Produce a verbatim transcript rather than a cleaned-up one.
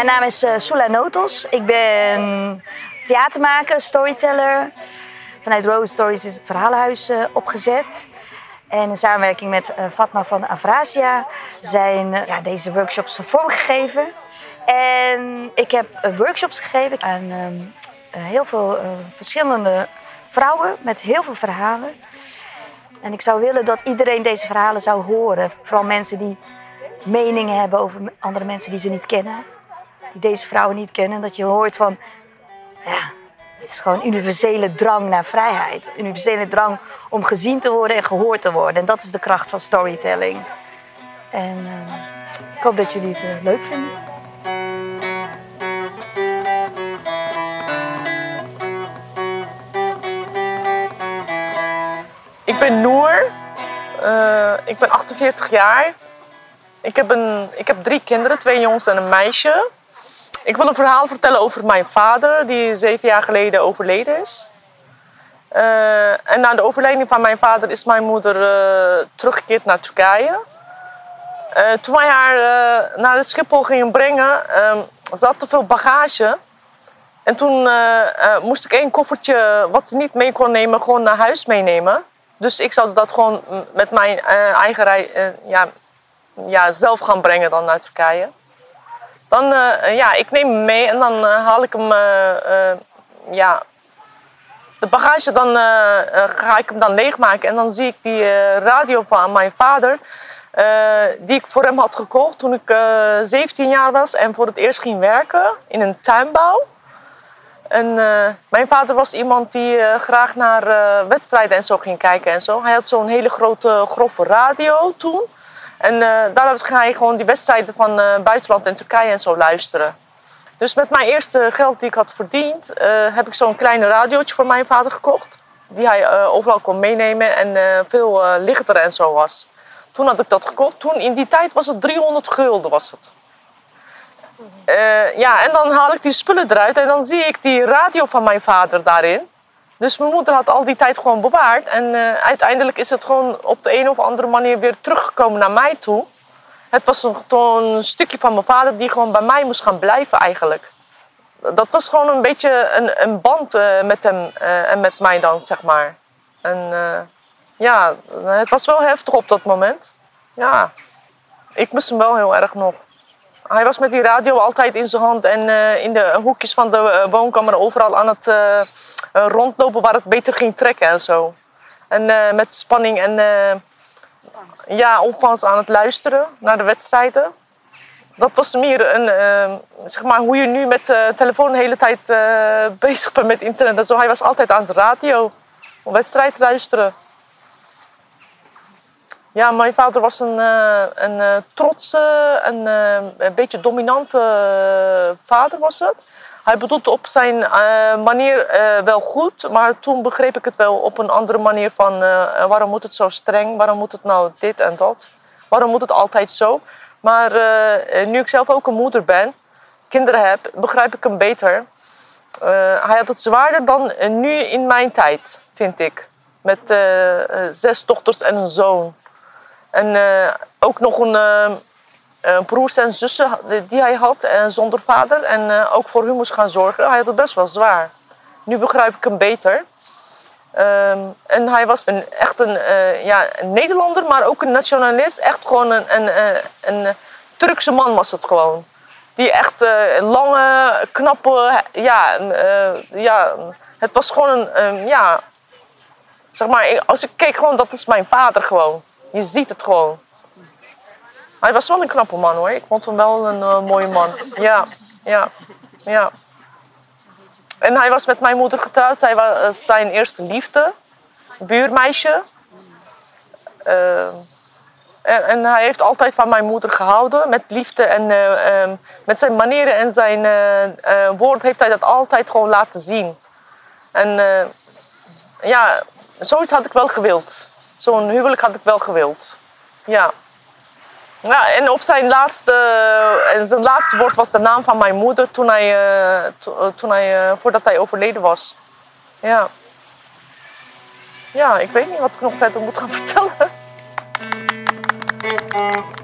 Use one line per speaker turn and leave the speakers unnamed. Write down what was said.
Mijn naam is uh, Sula Notos. Ik ben theatermaker, storyteller. Vanuit Rose Stories is het verhalenhuis uh, opgezet. En in samenwerking met uh, Fatma van Avrasia zijn uh, ja, deze workshops vormgegeven. En ik heb uh, workshops gegeven aan uh, uh, heel veel uh, verschillende vrouwen met heel veel verhalen. En ik zou willen dat iedereen deze verhalen zou horen. Vooral mensen die meningen hebben over andere mensen die ze niet kennen. Die deze vrouwen niet kennen. Dat je hoort van, ja, het is gewoon een universele drang naar vrijheid. Een universele drang om gezien te worden en gehoord te worden. En dat is de kracht van storytelling. En uh, ik hoop dat jullie het uh, leuk vinden.
Ik ben Noor. Uh, ik ben achtenveertig jaar. Ik heb, een, ik heb drie kinderen, twee jongens en een meisje. Ik wil een verhaal vertellen over mijn vader, die zeven jaar geleden overleden is. Uh, en na de overleding van mijn vader is mijn moeder uh, teruggekeerd naar Turkije. Uh, toen wij haar uh, naar de Schiphol gingen brengen, uh, ze had te veel bagage. En toen uh, uh, moest ik één koffertje, wat ze niet mee kon nemen, gewoon naar huis meenemen. Dus ik zou dat gewoon met mijn uh, eigen rij, uh, ja, ja, zelf gaan brengen dan naar Turkije. Dan, uh, ja, ik neem hem mee en dan uh, haal ik hem, uh, uh, ja, de bagage, dan uh, uh, ga ik hem dan leegmaken. En dan zie ik die uh, radio van mijn vader, uh, die ik voor hem had gekocht toen ik uh, zeventien jaar was en voor het eerst ging werken in een tuinbouw. En uh, mijn vader was iemand die uh, graag naar uh, wedstrijden en zo ging kijken en zo. Hij had zo'n hele grote, grove radio toen. En uh, daaruit ging hij gewoon die wedstrijden van uh, buitenland en Turkije en zo luisteren. Dus met mijn eerste geld die ik had verdiend, uh, heb ik zo'n kleine radiootje voor mijn vader gekocht. Die hij uh, overal kon meenemen en uh, veel uh, lichter en zo was. Toen had ik dat gekocht. Toen in die tijd was het driehonderd gulden was het. Uh, ja, en dan haal ik die spullen eruit en dan zie ik die radio van mijn vader daarin. Dus mijn moeder had al die tijd gewoon bewaard. En uh, uiteindelijk is het gewoon op de een of andere manier weer teruggekomen naar mij toe. Het was een, een stukje van mijn vader die gewoon bij mij moest gaan blijven eigenlijk. Dat was gewoon een beetje een, een band uh, met hem uh, en met mij dan, zeg maar. En uh, ja, het was wel heftig op dat moment. Ja, ik mis hem wel heel erg nog. Hij was met die radio altijd in zijn hand en uh, in de hoekjes van de uh, woonkamer overal aan het uh, uh, rondlopen waar het beter ging trekken en zo. En uh, met spanning en uh, ja, opvallend aan het luisteren naar de wedstrijden. Dat was meer een, uh, zeg maar, hoe je nu met de uh, telefoon de hele tijd uh, bezig bent met internet en zo. Hij was altijd aan zijn radio om wedstrijd te luisteren. Ja, mijn vader was een, uh, een uh, trotse, een, uh, een beetje dominante uh, vader was het. Hij bedoelde op zijn uh, manier uh, wel goed, maar toen begreep ik het wel op een andere manier van uh, waarom moet het zo streng, waarom moet het nou dit en dat, waarom moet het altijd zo. Maar uh, nu ik zelf ook een moeder ben, kinderen heb, begrijp ik hem beter. Uh, hij had het zwaarder dan uh, nu in mijn tijd, vind ik. Met uh, uh, zes dochters en een zoon. En uh, ook nog een uh, uh, broers en zussen die hij had uh, zonder vader. En uh, ook voor hun moest gaan zorgen. Hij had het best wel zwaar. Nu begrijp ik hem beter. Um, en hij was een, echt een, uh, ja, een Nederlander, maar ook een nationalist. Echt gewoon een, een, een, een Turkse man was het gewoon. Die echt uh, lange, knappe... Ja, uh, ja, het was gewoon een... Um, ja, zeg maar, als ik keek gewoon, dat is mijn vader gewoon. Je ziet het gewoon. Hij was wel een knappe man hoor. Ik vond hem wel een uh, mooie man. Ja, ja, ja. En hij was met mijn moeder getrouwd. Zij was zijn eerste liefde. Buurmeisje. Uh, en, en hij heeft altijd van mijn moeder gehouden. Met liefde en uh, um, met zijn manieren en zijn uh, uh, woord heeft hij dat altijd gewoon laten zien. En uh, ja, zoiets had ik wel gewild. Zo'n huwelijk had ik wel gewild. Ja. Ja, en op zijn laatste, en zijn laatste woord was de naam van mijn moeder toen hij, uh, to, toen hij, uh, voordat hij overleden was. Ja. Ja, ik weet niet wat ik nog verder moet gaan vertellen.